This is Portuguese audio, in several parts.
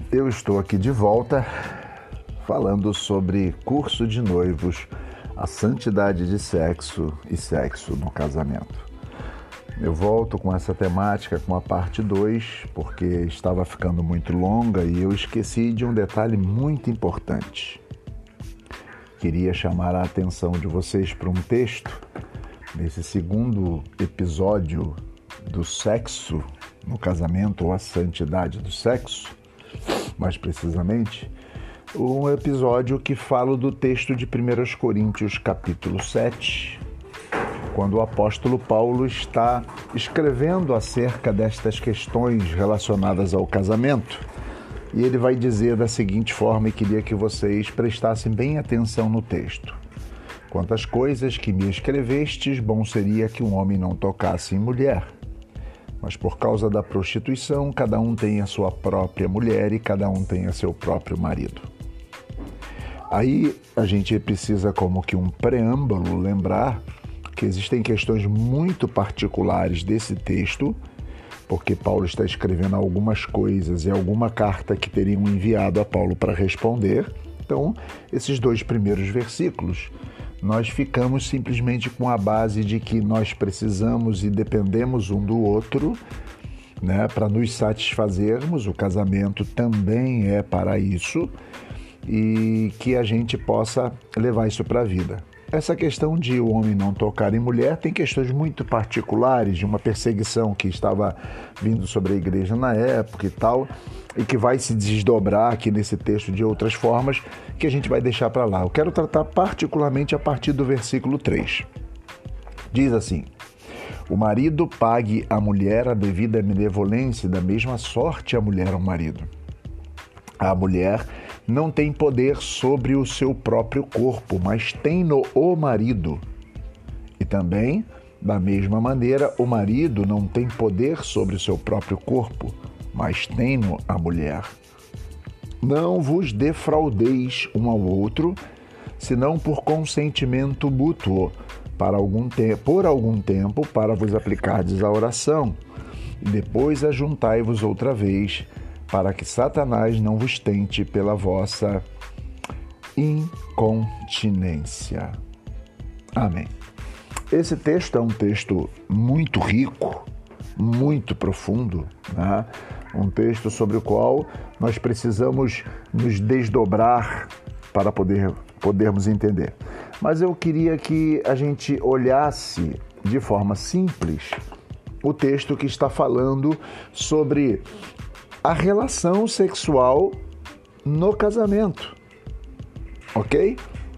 Eu estou aqui de volta falando sobre curso de noivos, a santidade de sexo e sexo no casamento. Eu volto com essa temática com a parte 2, porque estava ficando muito longa e eu esqueci de um detalhe muito importante. Queria chamar a atenção de vocês para um texto, nesse segundo episódio do sexo no casamento, ou a santidade do sexo, mais precisamente, um episódio que fala do texto de 1 Coríntios, capítulo 7, quando o apóstolo Paulo está escrevendo acerca destas questões relacionadas ao casamento. E ele vai dizer da seguinte forma, e queria que vocês prestassem bem atenção no texto. Quantas coisas que me escrevestes, bom seria que um homem não tocasse em mulher. Mas por causa da prostituição, cada um tem a sua própria mulher e cada um tem a seu próprio marido. Aí a gente precisa, como que um preâmbulo, lembrar que existem questões muito particulares desse texto, porque Paulo está escrevendo algumas coisas e alguma carta que teriam enviado a Paulo para responder. Então, esses 2 primeiros versículos, nós ficamos simplesmente com a base de que nós precisamos e dependemos um do outro, né, para nos satisfazermos. O casamento também é para isso, e que a gente possa levar isso para a vida. Essa questão de o homem não tocar em mulher tem questões muito particulares, de uma perseguição que estava vindo sobre a igreja na época e tal, e que vai se desdobrar aqui nesse texto de outras formas, que a gente vai deixar para lá. Eu quero tratar particularmente a partir do versículo 3. Diz assim: o marido pague à mulher a devida benevolência, e da mesma sorte a mulher ao marido. A mulher não tem poder sobre o seu próprio corpo, mas tem-no o marido. E também, da mesma maneira, o marido não tem poder sobre o seu próprio corpo, mas tem-no a mulher. Não vos defraudeis um ao outro, senão por consentimento mútuo, por algum tempo, para vos aplicardes à oração, e depois ajuntai-vos outra vez, para que Satanás não vos tente pela vossa incontinência. Amém. Esse texto é um texto muito rico, muito profundo, né? Um texto sobre o qual nós precisamos nos desdobrar para podermos entender. Mas eu queria que a gente olhasse de forma simples o texto que está falando sobre a relação sexual no casamento, ok?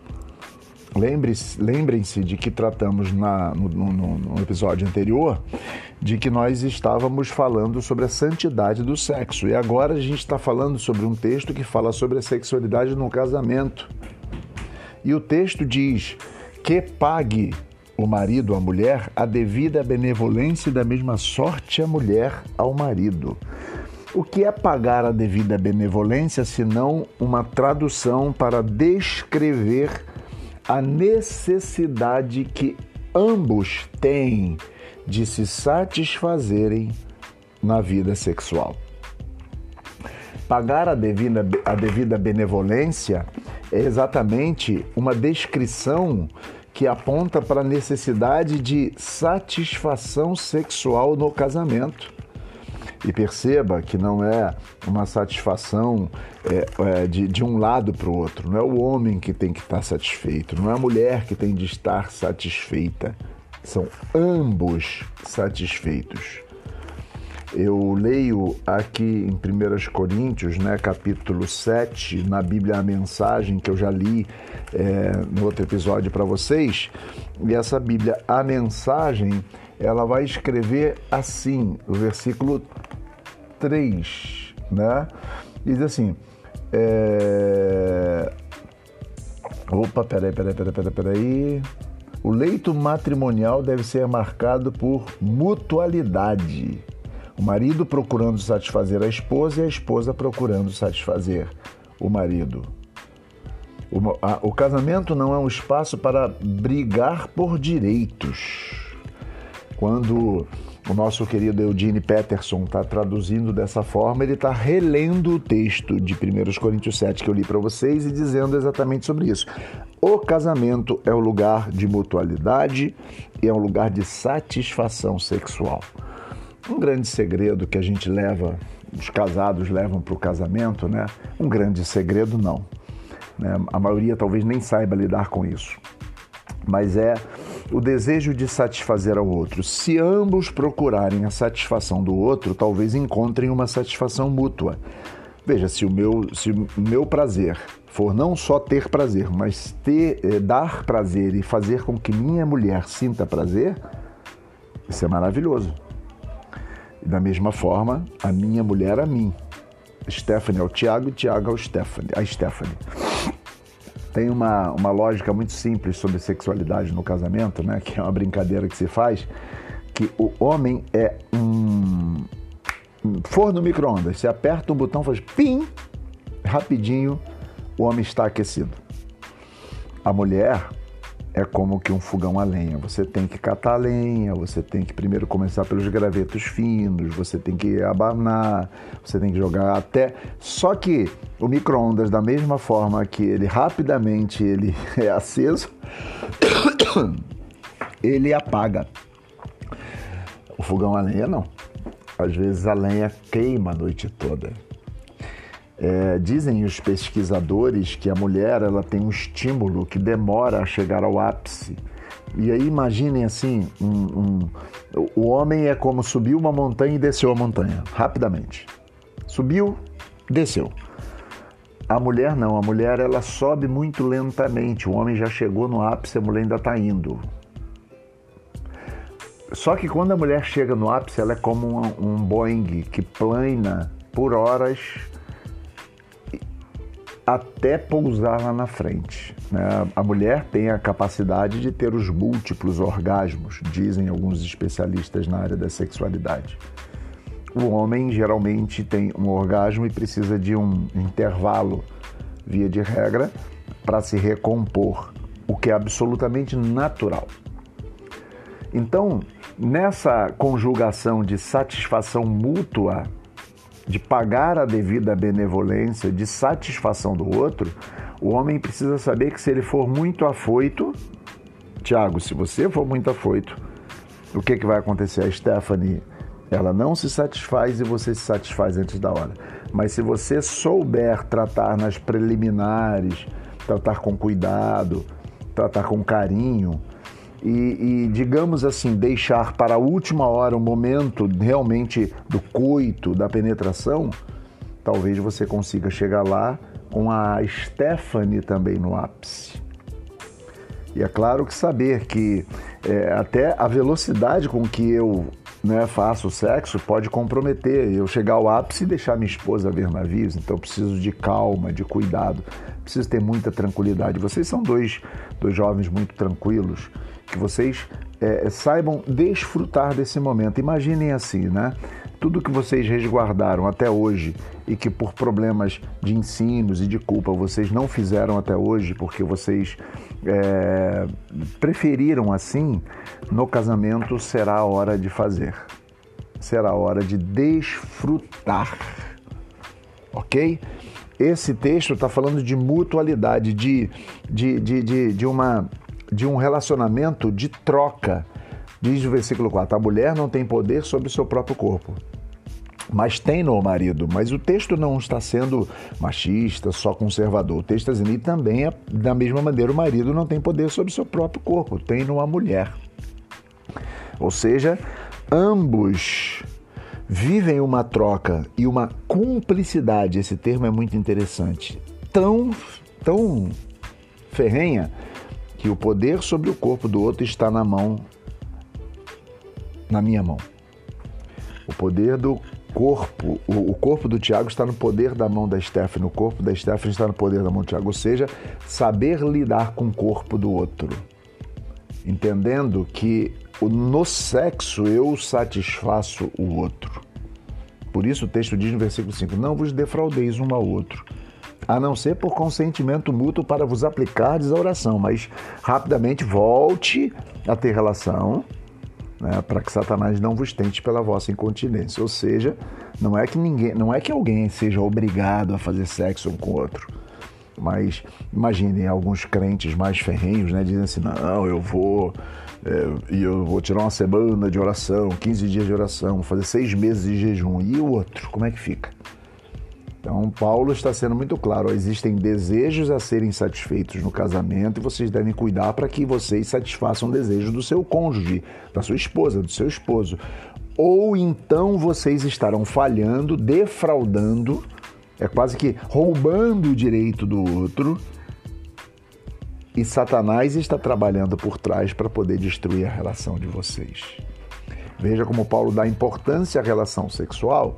Lembrem-se de que tratamos no episódio anterior de que nós estávamos falando sobre a santidade do sexo, e agora a gente está falando sobre um texto que fala sobre a sexualidade no casamento. E o texto diz que pague o marido à mulher a devida benevolência, e da mesma sorte a mulher ao marido. O que é pagar a devida benevolência, senão uma tradução para descrever a necessidade que ambos têm de se satisfazerem na vida sexual? Pagar a devida benevolência é exatamente uma descrição que aponta para a necessidade de satisfação sexual no casamento. E perceba que não é uma satisfação de um lado para o outro. Não é o homem que tem que estar satisfeito, não é a mulher que tem de estar satisfeita. São ambos satisfeitos. Eu leio aqui em 1 Coríntios, né, capítulo 7, na Bíblia A Mensagem, que eu já li no outro episódio para vocês. E essa Bíblia A Mensagem, ela vai escrever assim, o versículo 3, né? Diz assim, peraí. O leito matrimonial deve ser marcado por mutualidade. O marido procurando satisfazer a esposa e a esposa procurando satisfazer o marido. O casamento não é um espaço para brigar por direitos. Quando o nosso querido Eugene Peterson está traduzindo dessa forma, ele está relendo o texto de 1 Coríntios 7 que eu li para vocês e dizendo exatamente sobre isso. O casamento é um lugar de mutualidade e é um lugar de satisfação sexual. Um grande segredo que a gente leva, os casados levam para o casamento, né? Um grande segredo não, né? A maioria talvez nem saiba lidar com isso, mas é o desejo de satisfazer ao outro. Se ambos procurarem a satisfação do outro, talvez encontrem uma satisfação mútua. Veja, se o meu prazer for não só ter prazer, mas dar prazer e fazer com que minha mulher sinta prazer, isso é maravilhoso. E da mesma forma, a minha mulher a mim. Stephanie ao Tiago e Tiago ao a Stephanie. Tem uma lógica muito simples sobre sexualidade no casamento, né? Que é uma brincadeira que se faz, que o homem é um forno micro-ondas. Você aperta um botão, faz pim, rapidinho, o homem está aquecido. A mulher é como que um fogão a lenha. Você tem que catar a lenha, você tem que primeiro começar pelos gravetos finos, você tem que abanar, você tem que jogar até... Só que o micro-ondas, da mesma forma que ele rapidamente ele é aceso, ele apaga. O fogão a lenha não. Às vezes a lenha queima a noite toda. Dizem os pesquisadores que a mulher ela tem um estímulo que demora a chegar ao ápice. E aí imaginem assim, o homem é como subir uma montanha e desceu a montanha, rapidamente. Subiu, desceu. A mulher não, a mulher ela sobe muito lentamente. O homem já chegou no ápice, a mulher ainda está indo. Só que quando a mulher chega no ápice, ela é como um Boeing que plana por horas até pousar lá na frente, né? A mulher tem a capacidade de ter os múltiplos orgasmos, dizem alguns especialistas na área da sexualidade. O homem geralmente tem um orgasmo e precisa de um intervalo, via de regra, para se recompor, o que é absolutamente natural. Então, nessa conjugação de satisfação mútua, de pagar a devida benevolência, de satisfação do outro, o homem precisa saber que se ele for muito afoito, Tiago, se você for muito afoito, o que vai acontecer? A Stephanie, ela não se satisfaz e você se satisfaz antes da hora. Mas se você souber tratar nas preliminares, tratar com cuidado, tratar com carinho, e, digamos assim, deixar para a última hora o momento realmente do coito, da penetração, talvez você consiga chegar lá com a Stephanie também no ápice. E é claro que saber que até a velocidade com que eu faço o sexo pode comprometer eu chegar ao ápice e deixar minha esposa ver navios. Então eu preciso de calma, de cuidado, preciso ter muita tranquilidade. Vocês são dois jovens muito tranquilos, que vocês saibam desfrutar desse momento. Imaginem assim, né? Tudo que vocês resguardaram até hoje e que por problemas de ensinos e de culpa vocês não fizeram até hoje porque vocês preferiram assim, no casamento será a hora de fazer. Será a hora de desfrutar. Ok? Esse texto está falando de mutualidade, de um relacionamento de troca. Diz o versículo 4, a mulher não tem poder sobre o seu próprio corpo, mas tem no marido. Mas o texto não está sendo machista, só conservador. O texto está dizendo, e também, da mesma maneira, o marido não tem poder sobre o seu próprio corpo, tem numa mulher. Ou seja, ambos vivem uma troca e uma cumplicidade, esse termo é muito interessante, tão ferrenha, que o poder sobre o corpo do outro está na minha mão. O poder do corpo, o corpo do Tiago está no poder da mão da Stephanie, o corpo da Stephanie está no poder da mão do Tiago, ou seja, saber lidar com o corpo do outro, entendendo que no sexo eu satisfaço o outro. Por isso o texto diz no versículo 5, não vos defraudeis um ao outro, a não ser por consentimento mútuo para vos aplicardes a oração, mas rapidamente volte a ter relação né, para que Satanás não vos tente pela vossa incontinência. Ou seja, não é que alguém seja obrigado a fazer sexo um com o outro. Mas imaginem, alguns crentes mais ferrenhos, né, dizem assim, não, eu vou tirar uma semana de oração, 15 dias de oração, fazer 6 meses de jejum. E o outro, como é que fica? Então, Paulo está sendo muito claro, existem desejos a serem satisfeitos no casamento e vocês devem cuidar para que vocês satisfaçam o desejo do seu cônjuge, da sua esposa, do seu esposo. Ou então vocês estarão falhando, defraudando, quase que roubando o direito do outro, e Satanás está trabalhando por trás para poder destruir a relação de vocês. Veja como Paulo dá importância à relação sexual,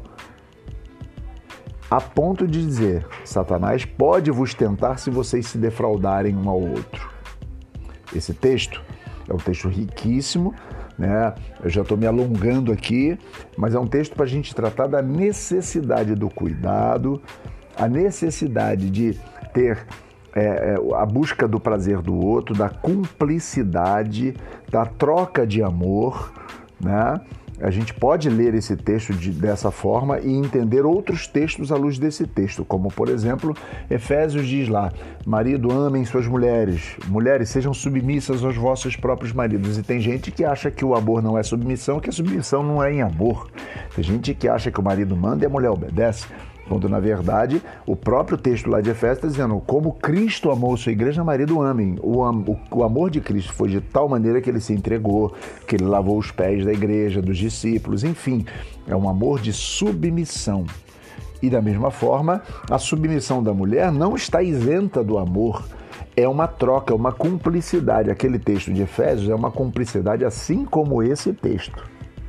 a ponto de dizer, Satanás pode vos tentar se vocês se defraudarem um ao outro. Esse texto é um texto riquíssimo, né? Eu já estou me alongando aqui, mas é um texto para a gente tratar da necessidade do cuidado, a necessidade de ter a busca do prazer do outro, da cumplicidade, da troca de amor, né? A gente pode ler esse texto dessa forma e entender outros textos à luz desse texto, como, por exemplo, Efésios diz lá, marido, amem suas mulheres, mulheres sejam submissas aos vossos próprios maridos. E tem gente que acha que o amor não é submissão, que a submissão não é em amor. Tem gente que acha que o marido manda e a mulher obedece, quando, na verdade, o próprio texto lá de Efésios está dizendo, como Cristo amou sua igreja, marido amem. O amor de Cristo foi de tal maneira que ele se entregou, que ele lavou os pés da igreja, dos discípulos, enfim, é um amor de submissão. E da mesma forma, a submissão da mulher não está isenta do amor, é uma troca, é uma cumplicidade. Aquele texto de Efésios é uma cumplicidade assim como esse texto.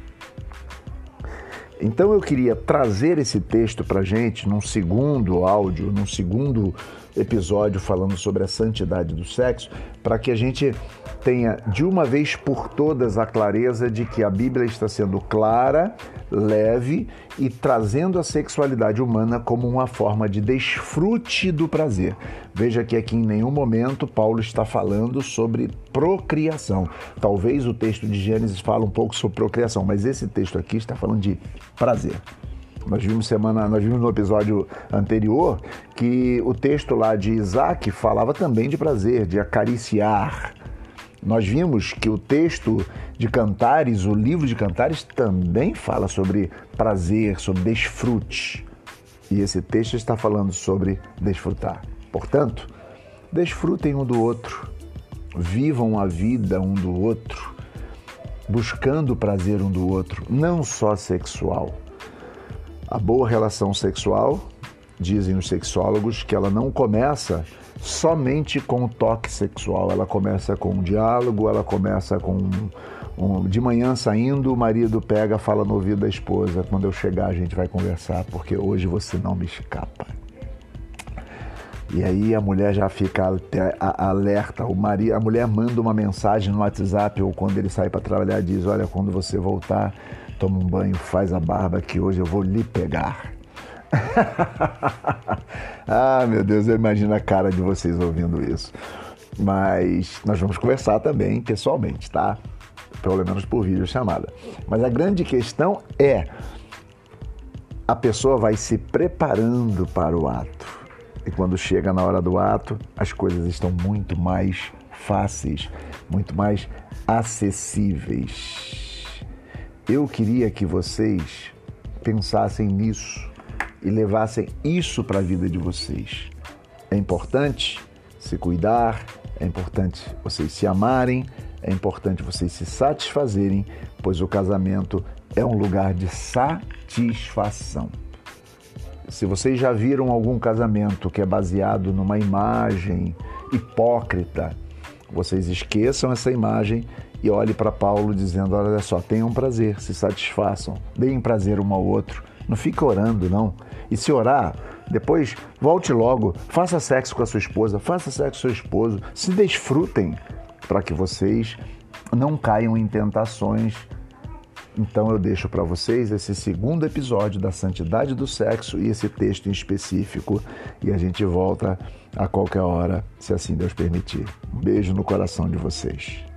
Então eu queria trazer esse texto para a gente num segundo áudio, num segundo episódio falando sobre a santidade do sexo, para que a gente tenha de uma vez por todas a clareza de que a Bíblia está sendo clara, leve e trazendo a sexualidade humana como uma forma de desfrute do prazer. Veja que aqui em nenhum momento Paulo está falando sobre procriação. Talvez o texto de Gênesis fale um pouco sobre procriação, mas esse texto aqui está falando de prazer. Nós vimos no episódio anterior que o texto lá de Isaac falava também de prazer, de acariciar. Nós vimos que o texto de Cantares, o livro de Cantares, também fala sobre prazer, sobre desfrute. E esse texto está falando sobre desfrutar. Portanto, desfrutem um do outro, vivam a vida um do outro, buscando o prazer um do outro, não só sexual. A boa relação sexual, dizem os sexólogos, que ela não começa somente com o toque sexual, ela começa com um diálogo, ela começa com de manhã saindo, o marido pega, fala no ouvido da esposa, quando eu chegar a gente vai conversar, porque hoje você não me escapa. E aí a mulher já fica alerta, a mulher manda uma mensagem no WhatsApp ou quando ele sai para trabalhar diz, olha, quando você voltar, toma um banho, faz a barba que hoje eu vou lhe pegar. Ah, meu Deus, eu imagino a cara de vocês ouvindo isso. Mas nós vamos conversar também pessoalmente, tá? Pelo menos por videochamada. Mas a grande questão é, a pessoa vai se preparando para o ato. E quando chega na hora do ato, as coisas estão muito mais fáceis, muito mais acessíveis. Eu queria que vocês pensassem nisso e levassem isso para a vida de vocês. É importante se cuidar, é importante vocês se amarem, é importante vocês se satisfazerem, pois o casamento é um lugar de satisfação. Se vocês já viram algum casamento que é baseado numa imagem hipócrita, vocês esqueçam essa imagem e olhem para Paulo dizendo, olha só, tenham prazer, se satisfaçam, deem prazer um ao outro, não fica orando não. E se orar, depois volte logo, faça sexo com a sua esposa, faça sexo com o seu esposo, se desfrutem para que vocês não caiam em tentações. Então eu deixo para vocês esse segundo episódio da Santidade do Sexo e esse texto em específico e a gente volta a qualquer hora, se assim Deus permitir. Um beijo no coração de vocês.